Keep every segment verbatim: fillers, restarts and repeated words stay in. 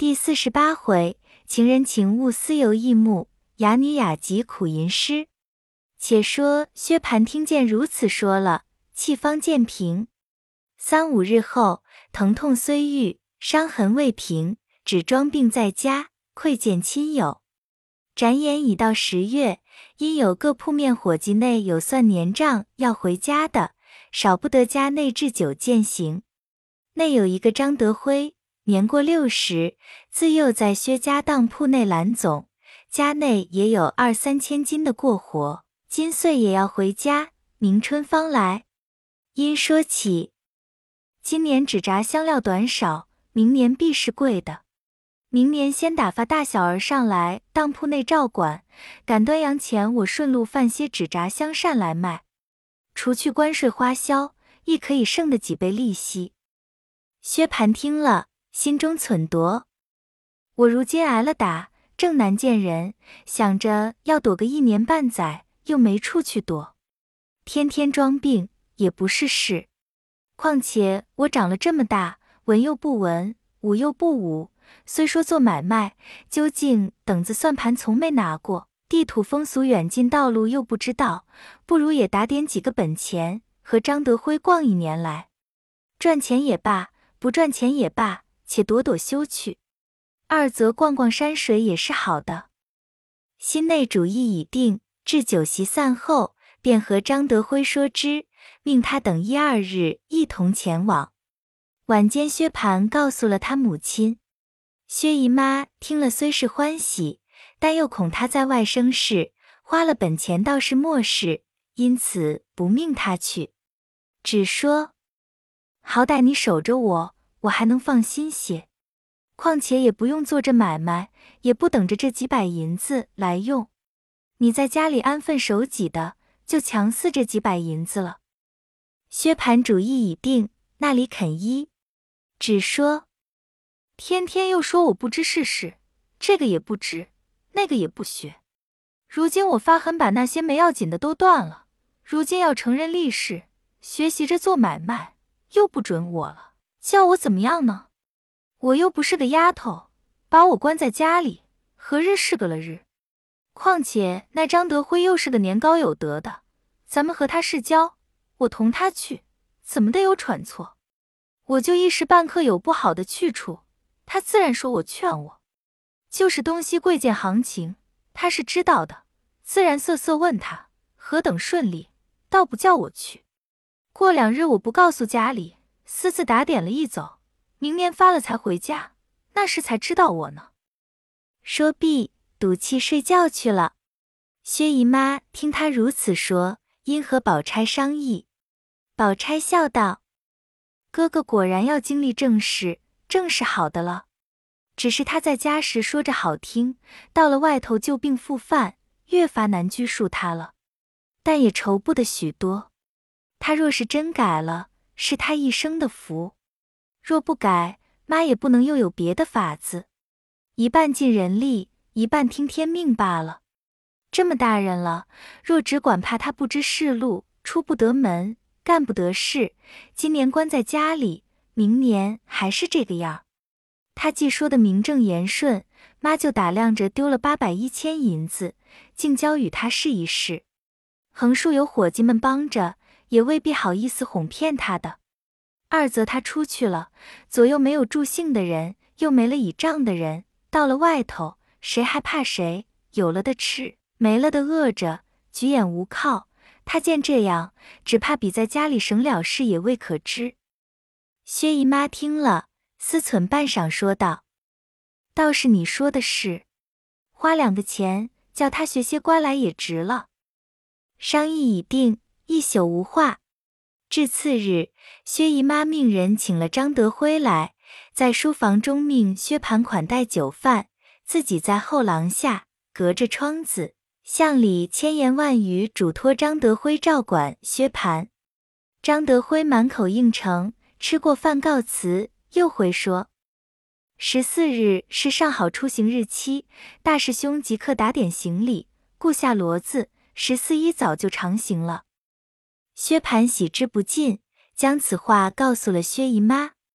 第四十八回，情人情物思游异目，哑女雅集苦吟诗。且说薛蟠听见如此说了，气方渐平。三五日后，疼痛虽愈，伤痕未平，只装病在家，窥见亲友。转眼已到十月，因有各铺面伙计内有算年账要回家的，少不得家内置酒饯行。内有一个张德辉，年过六十，自幼在薛家当铺内揽总，家内也有二三千金的过活，今岁也要回家，明春方来。因说起，今年纸扎香料短少，明年必是贵的。明年先打发大小儿上来当铺内照管，赶端阳前我顺路贩些纸扎香扇来卖，除去关税花销，亦可以剩的几倍利息。薛蟠听了，心中忖度，我如今挨了打，正难见人，想着要躲个一年半载，又没处去躲，天天装病也不是事。况且我长了这么大，文又不文，武又不武，虽说做买卖，究竟等子算盘从没拿过，地土风俗远近道路又不知道，不如也打点几个本钱，和张德辉逛一年来，赚钱也罢，不赚钱也罢，且躲躲休去。二则逛逛山水也是好的。心内主意已定，至酒席散后，便和张德辉说之，命他等一二日一同前往。晚间薛蟠告诉了他母亲，薛姨妈听了虽是欢喜，但又恐他在外生事，花了本钱倒是莫事，因此不命他去，只说好歹你守着我，我还能放心些。况且也不用做这买卖，也不等着这几百银子来用。你在家里安分守己的，就强似这几百银子了。薛蟠主意已定，那里肯依，只说天天又说我不知世事，这个也不知，那个也不学。如今我发狠把那些没要紧的都断了，如今要成人立事，学习着做买卖，又不准我了，叫我怎么样呢？我又不是个丫头，把我关在家里，何日是个了日？况且那张德辉又是个年高有德的，咱们和他世交，我同他去，怎么的有喘错？我就一时半刻有不好的去处，他自然说我劝我。就是东西贵贱行情，他是知道的，自然瑟瑟问他何等顺利，倒不叫我去。过两日我不告诉家里，私自打点了一走，明年发了才回家，那时才知道我呢。说毕，赌气睡觉去了。薛姨妈听他如此说，因和宝钗商议。宝钗笑道，哥哥果然要经历正事，正是好的了。只是他在家时说着好听，到了外头旧病复犯，越发难拘束他了。但也愁不得许多。他若是真改了，是他一生的福；若不改，妈也不能又有别的法子。一半尽人力，一半听天命罢了。这么大人了，若只管怕他不知世路，出不得门，干不得事，今年关在家里，明年还是这个样。他既说的名正言顺，妈就打量着丢了八百一千银子，竟交与他试一试。横竖有伙计们帮着，也未必好意思哄骗他的。二则他出去了，左右没有助兴的人，又没了倚仗的人，到了外头，谁还怕谁？有了的吃，没了的饿着，举眼无靠。他见这样，只怕比在家里省了事也未可知。薛姨妈听了，思忖半晌，说道，倒是你说的是，花两个钱，叫他学些乖来也值了。商议已定，一宿无话。至次日，薛姨妈命人请了张德辉来，在书房中命薛蟠款待酒饭，自己在后廊下隔着窗子，向里千言万语嘱托张德辉照管薛蟠。张德辉满口应承，吃过饭告辞，又回说十四日是上好出行日期，大师兄即刻打点行李，顾下骡子，十四一早就长行了。薛蟠喜之不尽，将此话告诉了薛姨妈。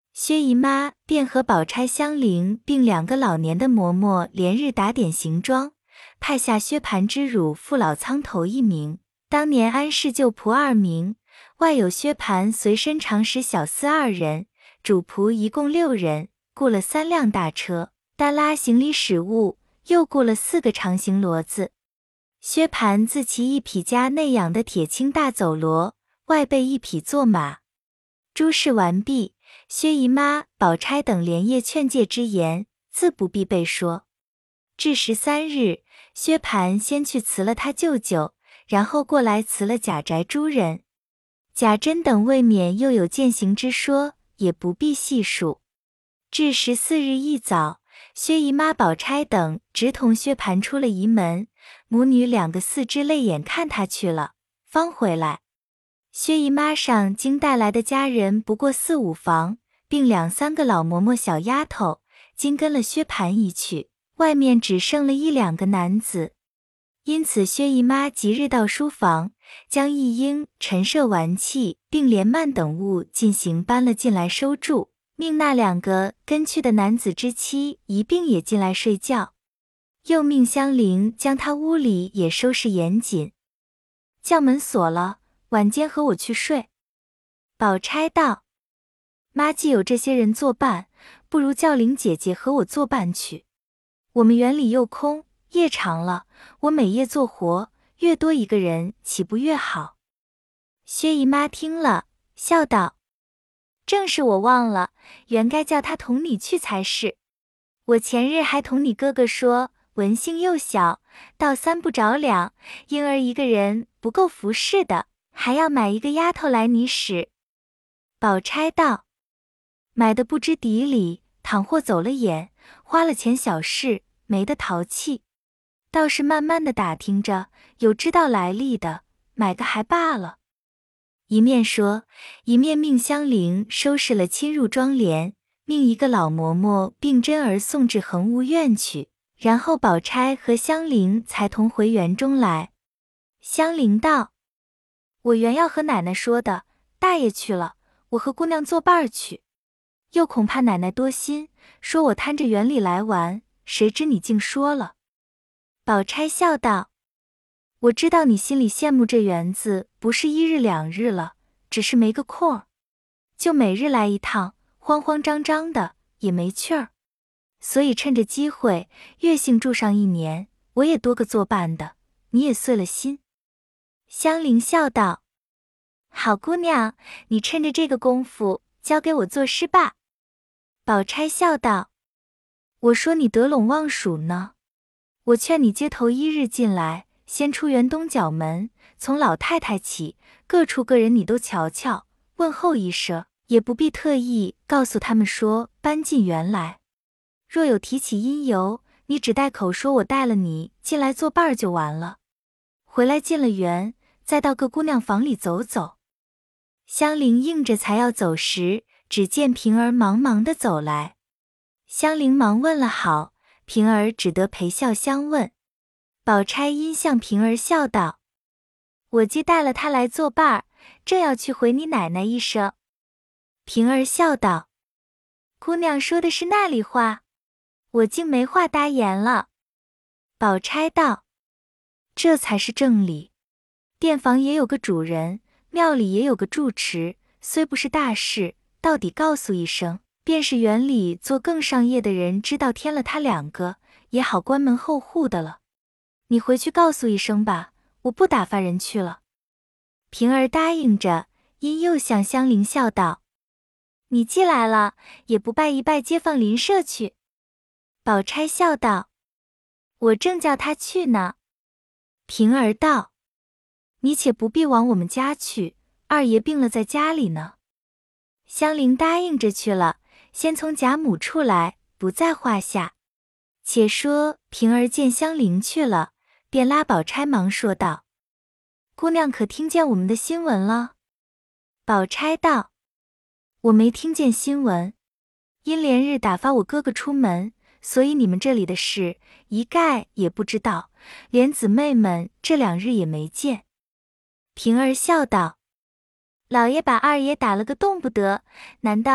薛姨妈便和宝钗、香菱并两个老年的嬷嬷连日打点行装，派下薛蟠之乳父老苍头一名，当年安氏旧仆二名，外有薛蟠随身常使小厮二人，主仆一共六人，雇了三辆大车，单拉行李使物，又雇了四个长行骡子。薛蟠自骑一匹家内养的铁青大走骡，外备一匹坐马。诸事完毕，薛姨妈、宝钗等连夜劝诫之言，自不必备说。至十三日，薛蟠先去辞了他舅舅，然后过来辞了贾宅诸人。贾珍等未免又有践行之说，也不必细数。至十四日一早，薛姨妈、宝钗等直同薛蟠出了仪门，母女两个四只泪眼看他去了，方回来。薛姨妈上经带来的家人不过四五房，并两三个老嬷嬷小丫头，今跟了薛蟠一去，外面只剩了一两个男子。因此薛姨妈即日到书房，将一应、陈设玩器并帘幔等物进行搬了进来收住，命那两个跟去的男子之妻一并也进来睡觉，又命香菱将他屋里也收拾严谨。叫门锁了，晚间和我去睡。宝钗道：妈既有这些人作伴，不如叫玲姐姐和我作伴去。我们园里又空，夜长了，我每夜做活，越多一个人岂不越好？薛姨妈听了，笑道：正是我忘了，原该叫他同你去才是。我前日还同你哥哥说，文性又小，到三不着两，因而一个人不够服侍的，还要买一个丫头来你使。宝钗道：买的不知底里，倘或走了眼，花了钱小事，没得淘气。倒是慢慢的打听着，有知道来历的，买个还罢了。一面说，一面命香菱收拾了亲入妆帘，命一个老嬷嬷并真儿送至恒芜院去，然后宝钗和香菱才同回园中来。香菱道：我原要和奶奶说的，大爷去了，我和姑娘作伴去，又恐怕奶奶多心，说我贪着园里来玩，谁知你竟说了。宝钗笑道：我知道你心里羡慕这园子不是一日两日了，只是没个空儿，就每日来一趟，慌慌张张的也没趣儿，所以趁着机会月性住上一年，我也多个作伴的，你也碎了心。香菱笑道：好姑娘，你趁着这个功夫交给我作诗吧。宝钗笑道：我说你得陇望蜀呢，我劝你街头一日进来，先出园东角门，从老太太起，各处各人你都瞧瞧，问候一声，也不必特意告诉他们说搬进园来。若有提起因由，你只带口说我带了你进来作伴就完了。回来进了园，再到各姑娘房里走走。香菱应着才要走时，只见平儿忙忙地走来。香菱忙问了好，平儿只得陪笑相问。宝钗因向平儿笑道：我既带了她来作伴，正要去回你奶奶一声。平儿笑道：姑娘说的是那里话？我竟没话答言了。宝钗道：这才是正理，店房也有个主人，庙里也有个住持，虽不是大事，到底告诉一声，便是园里做更上业的人知道添了他两个，也好关门候户的了。你回去告诉一声吧，我不打发人去了。平儿答应着，因又向香菱笑道：你既来了，也不拜一拜街坊邻舍去。宝钗笑道：我正叫他去呢。平儿道：你且不必往我们家去，二爷病了在家里呢。香菱答应着去了，先从贾母处来，不在话下。且说平儿见香菱去了，便拉宝钗忙说道：姑娘可听见我们的新闻了？宝钗道：我没听见新闻，因连日打发我哥哥出门，所以你们这里的事一概也不知道，连姊妹们这两日也没见。平儿笑道：老爷把二爷打了个动不得，难道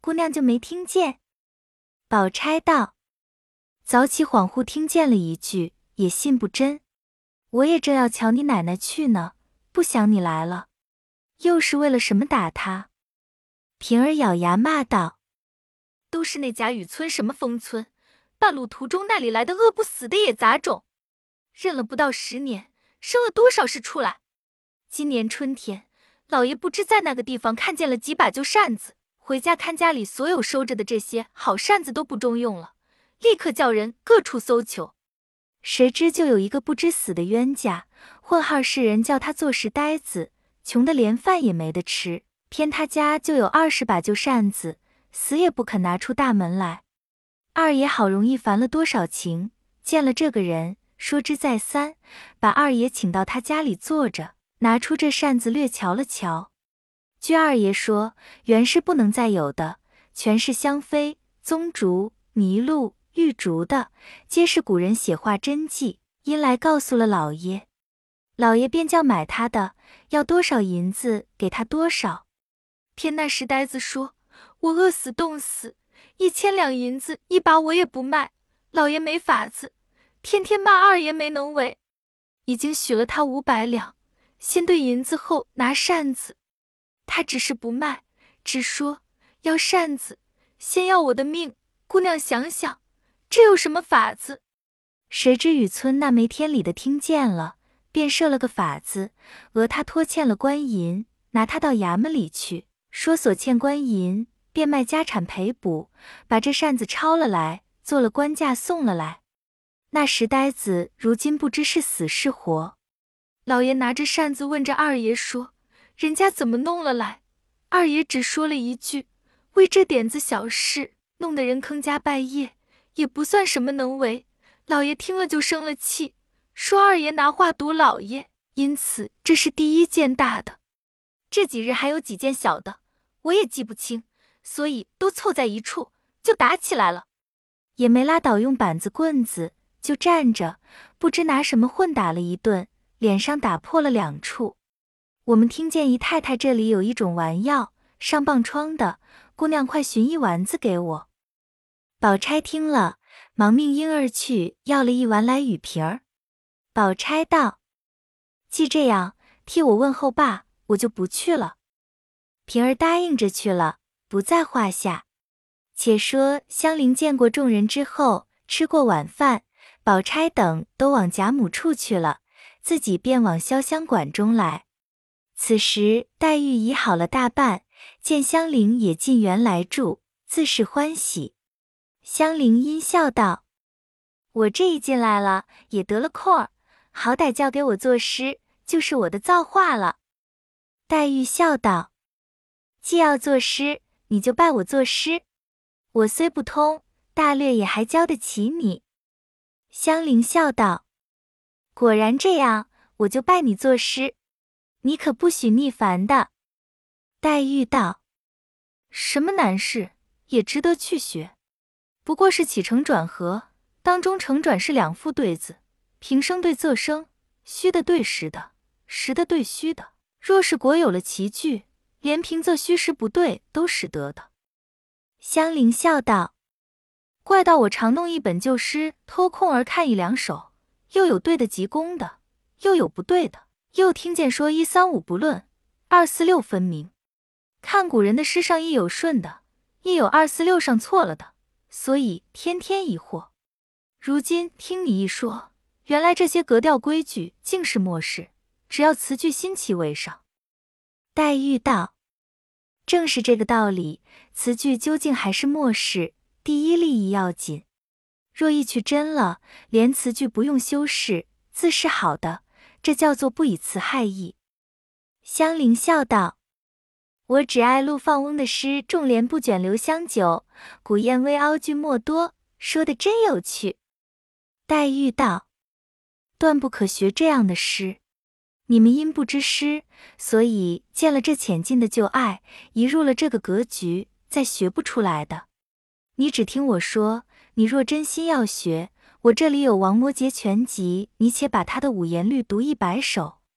姑娘就没听见？宝钗道：早起恍惚听见了一句，也信不真。我也正要瞧你奶奶去呢，不想你来了，又是为了什么打她？平儿咬牙骂道：都是那贾雨村什么风村，半路途中那里来的饿不死的野杂种，认了不到十年，生了多少事出来。今年春天，老爷不知在那个地方看见了几把旧扇子，回家看家里所有收着的这些好扇子都不中用了，立刻叫人各处搜求。谁知就有一个不知死的冤家，混号世人叫他做事呆子，穷得连饭也没得吃，偏他家就有二十把旧扇子，死也不肯拿出大门来。二爷好容易烦了多少情，见了这个人，说之再三，把二爷请到他家里坐着，拿出这扇子略瞧了瞧。据二爷说，原是不能再有的，全是香妃、棕竹、麋鹿、玉竹的，皆是古人写画真迹，因来告诉了老爷。老爷便叫买他的，要多少银子给他多少。偏那石呆子说，我饿死冻死，一千两银子一把我也不卖，老爷没法子，天天骂二爷没能为，已经许了他五百两，先兑银子后拿扇子。他只是不卖，只说要扇子，先要我的命，姑娘想想，这有什么法子？谁知雨村那没天理的听见了，便设了个法子，讹他拖欠了官银，拿他到衙门里去，说所欠官银，变卖家产赔补，把这扇子抄了来，做了官价送了来。那石呆子如今不知是死是活。老爷拿着扇子问着二爷说，人家怎么弄了来？二爷只说了一句，为这点子小事，弄得人坑家败业，也不算什么能为。老爷听了就生了气，说二爷拿话堵老爷，因此这是第一件大的。这几日还有几件小的，我也记不清，所以都凑在一处，就打起来了。也没拉倒用板子棍子，就站着，不知拿什么混打了一顿，脸上打破了两处。我们听见姨太太这里有一种丸药，上棒疮的，姑娘快寻一丸子给我。宝钗听了，忙命婴儿去要了一丸来与平儿。宝钗道：既这样，替我问候罢，我就不去了。平儿答应着去了，不在话下。且说香菱见过众人之后，吃过晚饭，宝钗等都往贾母处去了，自己便往潇湘馆中来。此时黛玉已好了大半，见香菱也进园来住，自是欢喜。香菱因笑道：我这一进来了，也得了空儿，好歹叫给我作诗，就是我的造化了。黛玉笑道：既要作诗，你就拜我作诗，我虽不通，大略也还教得起你。香菱笑道：果然这样，我就拜你作诗，你可不许逆烦的。黛玉道：什么难事，也值得去学，不过是起承转合，当中承转是两副对子，平声对仄声，虚的对实的，实的对虚的，若是果有了奇句，连平仄虚实不对都使得的。香菱笑道：怪到我常弄一本旧诗，偷空儿看一两首，又有对的极工的，又有不对的，又听见说一三五不论，二四六分明。看古人的诗上亦有顺的，亦有二四六上错了的，所以天天疑惑。如今听你一说，原来这些格调规矩竟是末事，只要词句新奇为上。黛玉道：正是这个道理，词句究竟还是末事，第一立意要紧。若意趣真了，连词句不用修饰，自是好的，这叫做不以词害意。香菱笑道：我只爱陆放翁的诗，重帘不卷留香久，古燕微凹句莫多，说得真有趣。黛玉道：断不可学这样的诗，你们因不知诗，所以见了这浅近的旧爱，一入了这个格局，再学不出来的。你只听我说，你若真心要学，我这里有王摩诘全集，你且把他的五言律读一百首，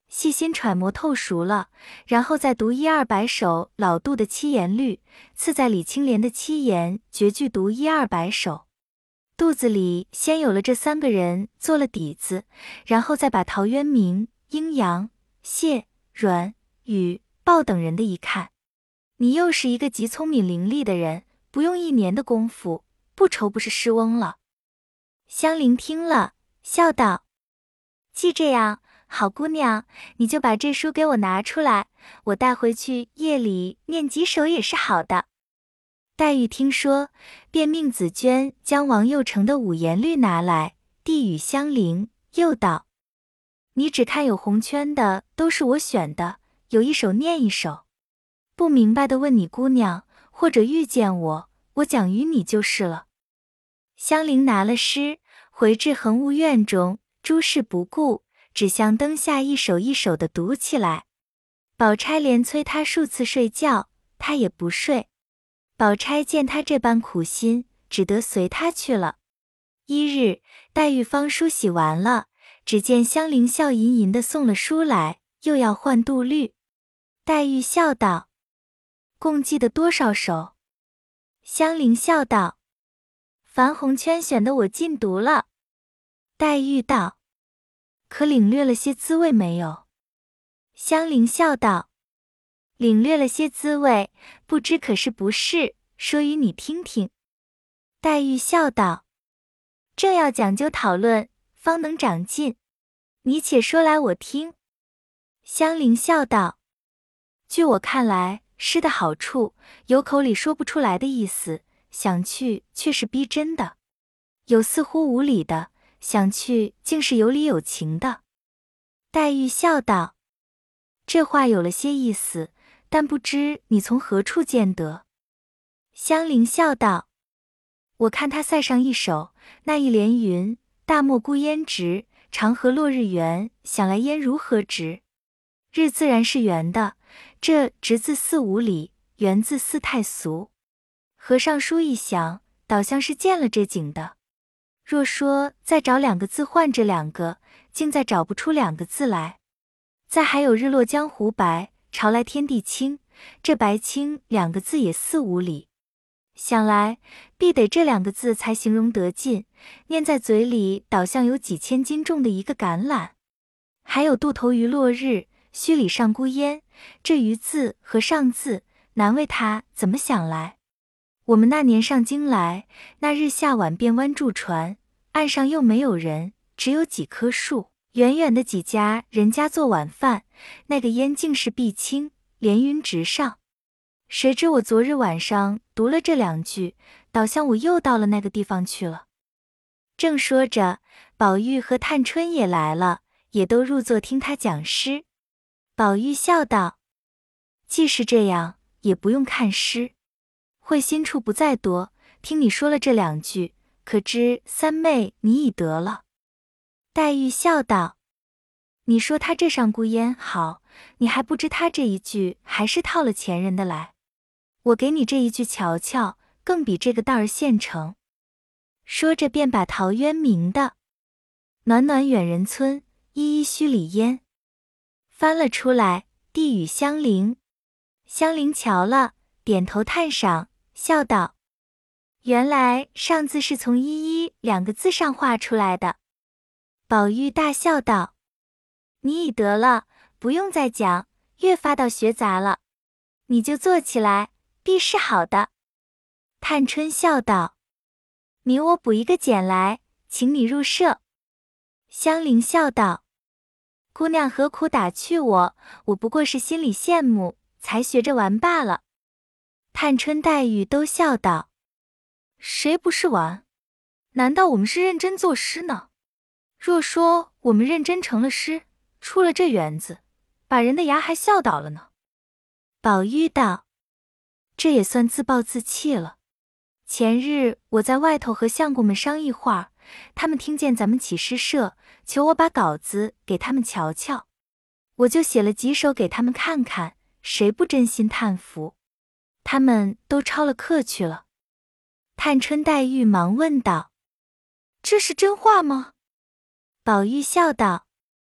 细心揣摩透熟了，然后再读一二百首老杜的七言律，次在李青莲的七言绝句读一二百首。肚子里先有了这三个人做了底子，然后再把陶渊明、阴阳、谢、阮、宇、鲍等人的一看，你又是一个极聪明伶俐的人，不用一年的功夫，不愁不是诗翁了。香菱听了，笑道：既这样，好姑娘，你就把这书给我拿出来，我带回去夜里念几首也是好的。黛玉听说，便命紫鹃将王佑成的五言律拿来，递与香菱，又道：你只看有红圈的都是我选的，有一首念一首。不明白的问你姑娘，或者遇见我，我讲与你就是了。香菱拿了诗，回至恒芜院中，诸事不顾，只向灯下一首一首的读起来。宝钗连催他数次睡觉，他也不睡。宝钗见他这般苦心，只得随他去了。一日，黛玉方梳洗完了，只见香菱笑吟吟的送了书来，又要换度律。黛玉笑道：共记得多少首？香菱笑道：樊红圈选的我尽读了。黛玉道：可领略了些滋味没有？香菱笑道：领略了些滋味，不知可是不是，说与你听听。黛玉笑道：正要讲究讨论，方能长进，你且说来我听。香菱笑道：据我看来，诗的好处，有口里说不出来的意思，想去却是逼真的；有似乎无理的，想去竟是有理有情的。黛玉笑道：这话有了些意思，但不知你从何处见得？香菱笑道：我看他塞上一首，那一联云：大漠孤烟直，长河落日圆。想来烟如何直？日自然是圆的，这直字似无理，圆字似太俗。和尚书一想，倒像是见了这景的。若说再找两个字换这两个，竟再找不出两个字来。再还有日落江湖白，潮来天地清，这白清两个字也似无理。想来必得这两个字才形容得尽，念在嘴里倒像有几千斤重的一个橄榄。还有渡头鱼落日，墟里上孤烟，这鱼字和上字，难为他怎么想来。我们那年上京来，那日下晚便弯住船，岸上又没有人，只有几棵树，远远的几家人家做晚饭，那个烟竟是碧青，连云直上。谁知我昨日晚上读了这两句，倒像我又到了那个地方去了。正说着，宝玉和探春也来了，也都入座听他讲诗。宝玉笑道：既是这样，也不用看诗，会心处不在多，听你说了这两句，可知三妹你已得了。黛玉笑道：你说他这上孤烟好，你还不知他这一句还是套了前人的来。我给你这一句瞧瞧，更比这个道儿现成。说着便把陶渊明的暖暖远人村，依依墟里烟翻了出来，递与香菱。香菱瞧了，点头叹赏，笑道：原来上字是从依依两个字上画出来的。宝玉大笑道：你已得了，不用再讲，越发到学杂了。你就坐起来，必是好的。探春笑道：明我补一个简来，请你入舍。香菱笑道：姑娘何苦打趣我，我不过是心里羡慕，才学着玩罢了。探春黛玉都笑道：谁不是玩？难道我们是认真作诗呢？若说我们认真成了诗，出了这园子，把人的牙还笑倒了呢。宝玉道：这也算自暴自弃了。前日我在外头和相公们商议话，他们听见咱们起诗社，求我把稿子给他们瞧瞧，我就写了几首给他们看看，谁不真心叹服？他们都抄了课去了。探春黛玉忙问道：这是真话吗？宝玉笑道：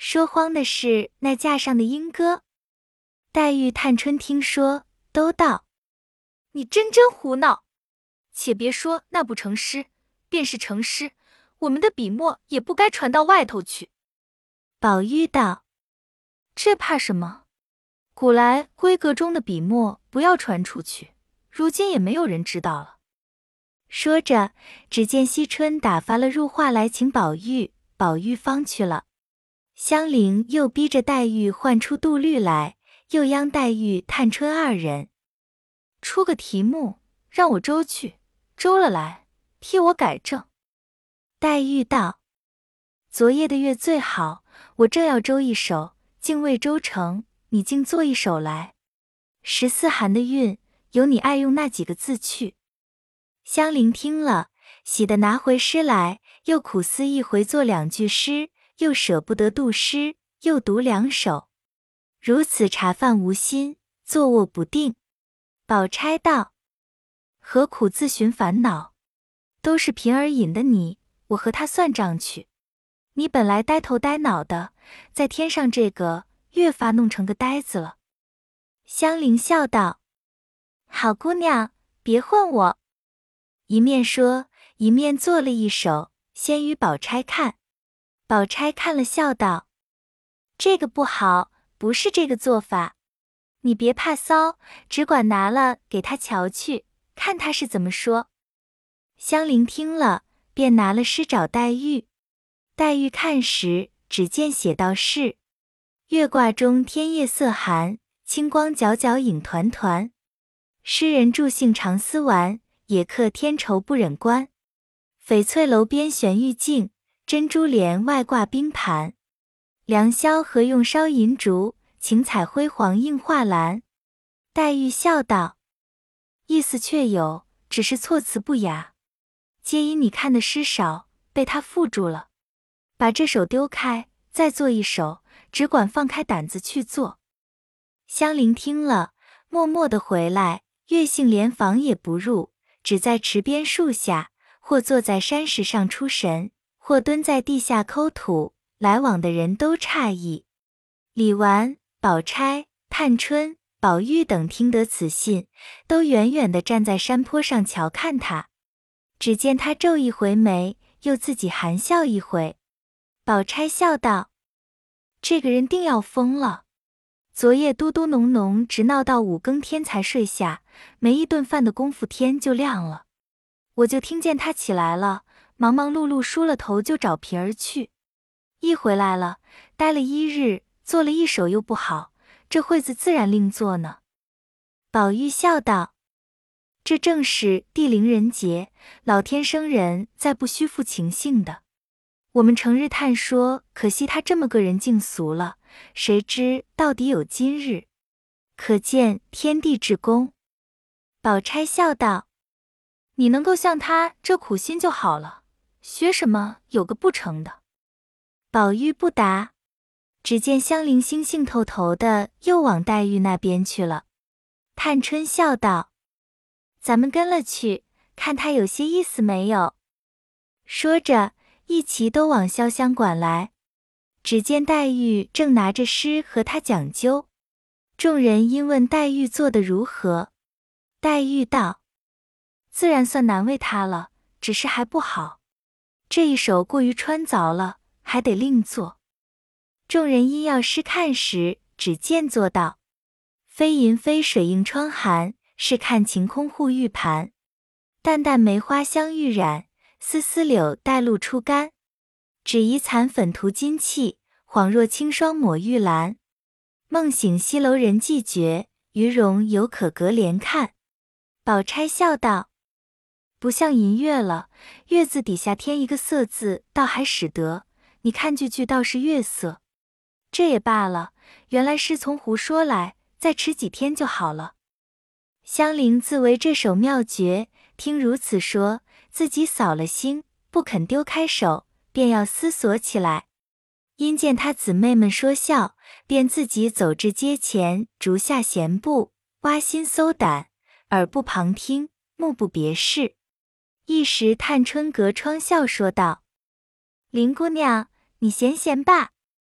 说慌的是那架上的莺歌。黛玉、探春听说，都道：你真真胡闹！且别说那不成诗，便是成诗，我们的笔墨也不该传到外头去。宝玉道：这怕什么？古来闺阁中的笔墨不要传出去，如今也没有人知道了。说着，只见惜春打发了入画来请宝玉，宝玉方去了。香菱又逼着黛玉唤出杜律来，又央黛玉、探春二人出个题目，让我周去，周了来替我改正。黛玉道：昨夜的月最好，我正要周一首，竟未周成，你竟做一首来。十四寒的韵，由你爱用那几个字去。香菱听了，喜得拿回诗来，又苦思一回作两句诗，又舍不得杜诗，又读两首，如此茶饭无心，坐卧不定。宝钗道：何苦自寻烦恼？都是平儿引的你，我和他算账去。你本来呆头呆脑的，再添上这个，越发弄成个呆子了。香菱笑道：好姑娘，别混我。一面说，一面做了一首，先与宝钗看。宝钗看了，笑道：这个不好，不是这个做法。你别怕骚，只管拿了给他瞧去，看他是怎么说。香菱听了，便拿了诗找黛玉。黛玉看时，只见写道是：月挂中天夜色寒，清光皎皎影团团。诗人助兴常思玩，野客添愁不忍观。翡翠楼边悬玉镜，珍珠帘外挂冰盘。良宵何用烧银烛，晴彩辉煌映画栏。黛玉笑道：意思确有，只是措辞不雅。皆因你看的诗少，被他缚住了。把这首丢开，再做一首，只管放开胆子去做。香菱听了，默默地回来，月杏帘房也不入，只在池边树下，或坐在山石上出神，或蹲在地下抠土，来往的人都诧异。李纨、宝钗、探春、宝玉等听得此信，都远远地站在山坡上瞧看他。只见他皱一回眉，又自己含笑一回。宝钗笑道：这个人定要疯了。昨夜嘟嘟哝哝，直闹到五更天才睡下，没一顿饭的功夫天就亮了。我就听见他起来了，忙忙碌碌梳了头就找平儿去。一回来了，待了一日，做了一首又不好，这会子自然另做呢。宝玉笑道：这正是地灵人杰，老天生人再不虚负情性的。我们成日叹说，可惜他这么个人竟俗了，谁知到底有今日，可见天地之功。宝钗笑道：你能够像他这苦心就好了，学什么有个不成的。宝玉不答，只见香菱心兴透头的又往黛玉那边去了。探春笑道：咱们跟了去，看他有些意思没有。说着，一齐都往潇湘馆来。只见黛玉正拿着诗和他讲究，众人因问黛玉做得如何。黛玉道：自然算难为他了，只是还不好。这一首过于穿凿了，还得另做。众人因要诗看时，只见作道：飞银飞水映窗寒，试看晴空护玉盘。淡淡梅花香欲染，丝丝柳带露出干。只疑残粉涂金器，恍若清霜抹玉兰。梦醒西楼人寂绝，余容犹可隔帘看。宝钗笑道：不像银月了，月字底下添一个色字，倒还使得。你看句句倒是月色。这也罢了，原来是从胡说来，再迟几天就好了。香菱自为这首妙绝，听如此说，自己扫了心，不肯丢开手，便要思索起来。因见他姊妹们说笑，便自己走至阶前，竹下闲步，挖心搜胆，耳不旁听，目不别视。一时探春隔窗笑说道：林姑娘，你闲闲吧。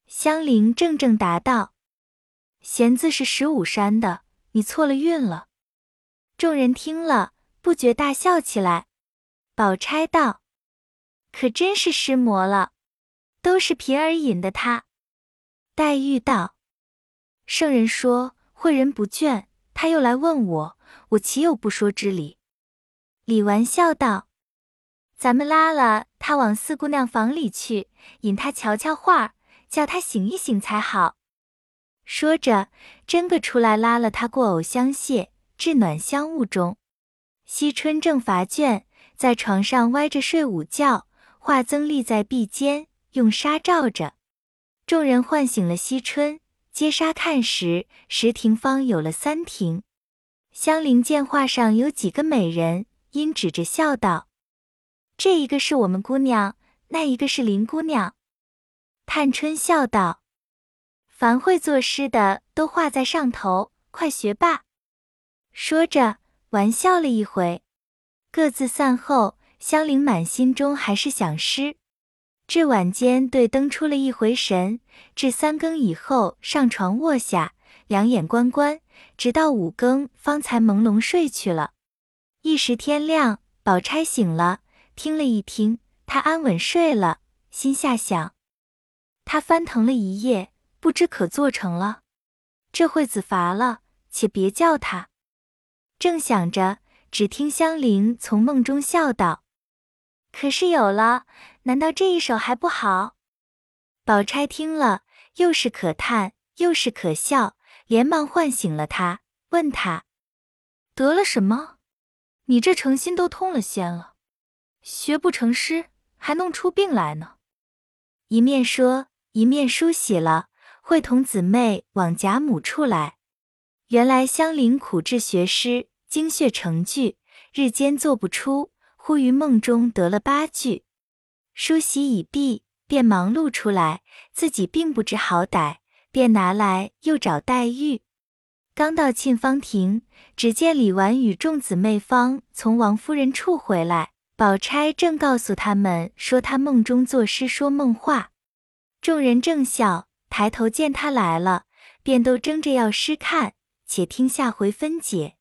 香菱怔怔答道：弦字是十五山的，你错了韵了。众人听了，不觉大笑起来。宝钗道：可真是失魔了，都是平儿引的他。黛玉道：圣人说诲人不倦，他又来问我，我岂有不说之理？李纨笑道：咱们拉了他往四姑娘房里去，引他瞧瞧画，叫他醒一醒才好。说着，真个出来拉了他过藕香榭，至暖香屋中。惜春正乏倦，在床上歪着睡午觉，画增立在壁间，用纱罩着。众人唤醒了惜春，揭纱看时，十亭方有了三亭。香菱见画上有几个美人，因指着笑道：这一个是我们姑娘，那一个是林姑娘。探春笑道：凡会作诗的都画在上头，快学罢。说着玩笑了一回。各自散后，香菱满心中还是想诗。至晚间对灯出了一回神，至三更以后上床卧下，两眼关关，直到五更方才朦胧睡去了。一时天亮，宝钗醒了，听了一听，她安稳睡了，心下想：她翻腾了一夜，不知可做成了。这会子乏了，且别叫她。正想着，只听香菱从梦中笑道：可是有了，难道这一首还不好？宝钗听了，又是可叹，又是可笑，连忙唤醒了她，问她：得了什么？你这诚心都通了仙了，学不成诗，还弄出病来呢。一面说，一面梳洗了，会同姊妹往贾母处来。原来香菱苦志学诗，精血成句，日间做不出，忽于梦中得了八句。梳洗已毕，便忙碌出来，自己并不知好歹，便拿来又找黛玉。刚到沁芳亭，只见李纨与众姊妹方从王夫人处回来，宝钗正告诉他们说她梦中作诗说梦话。众人正笑，抬头见她来了，便都争着要诗看，且听下回分解。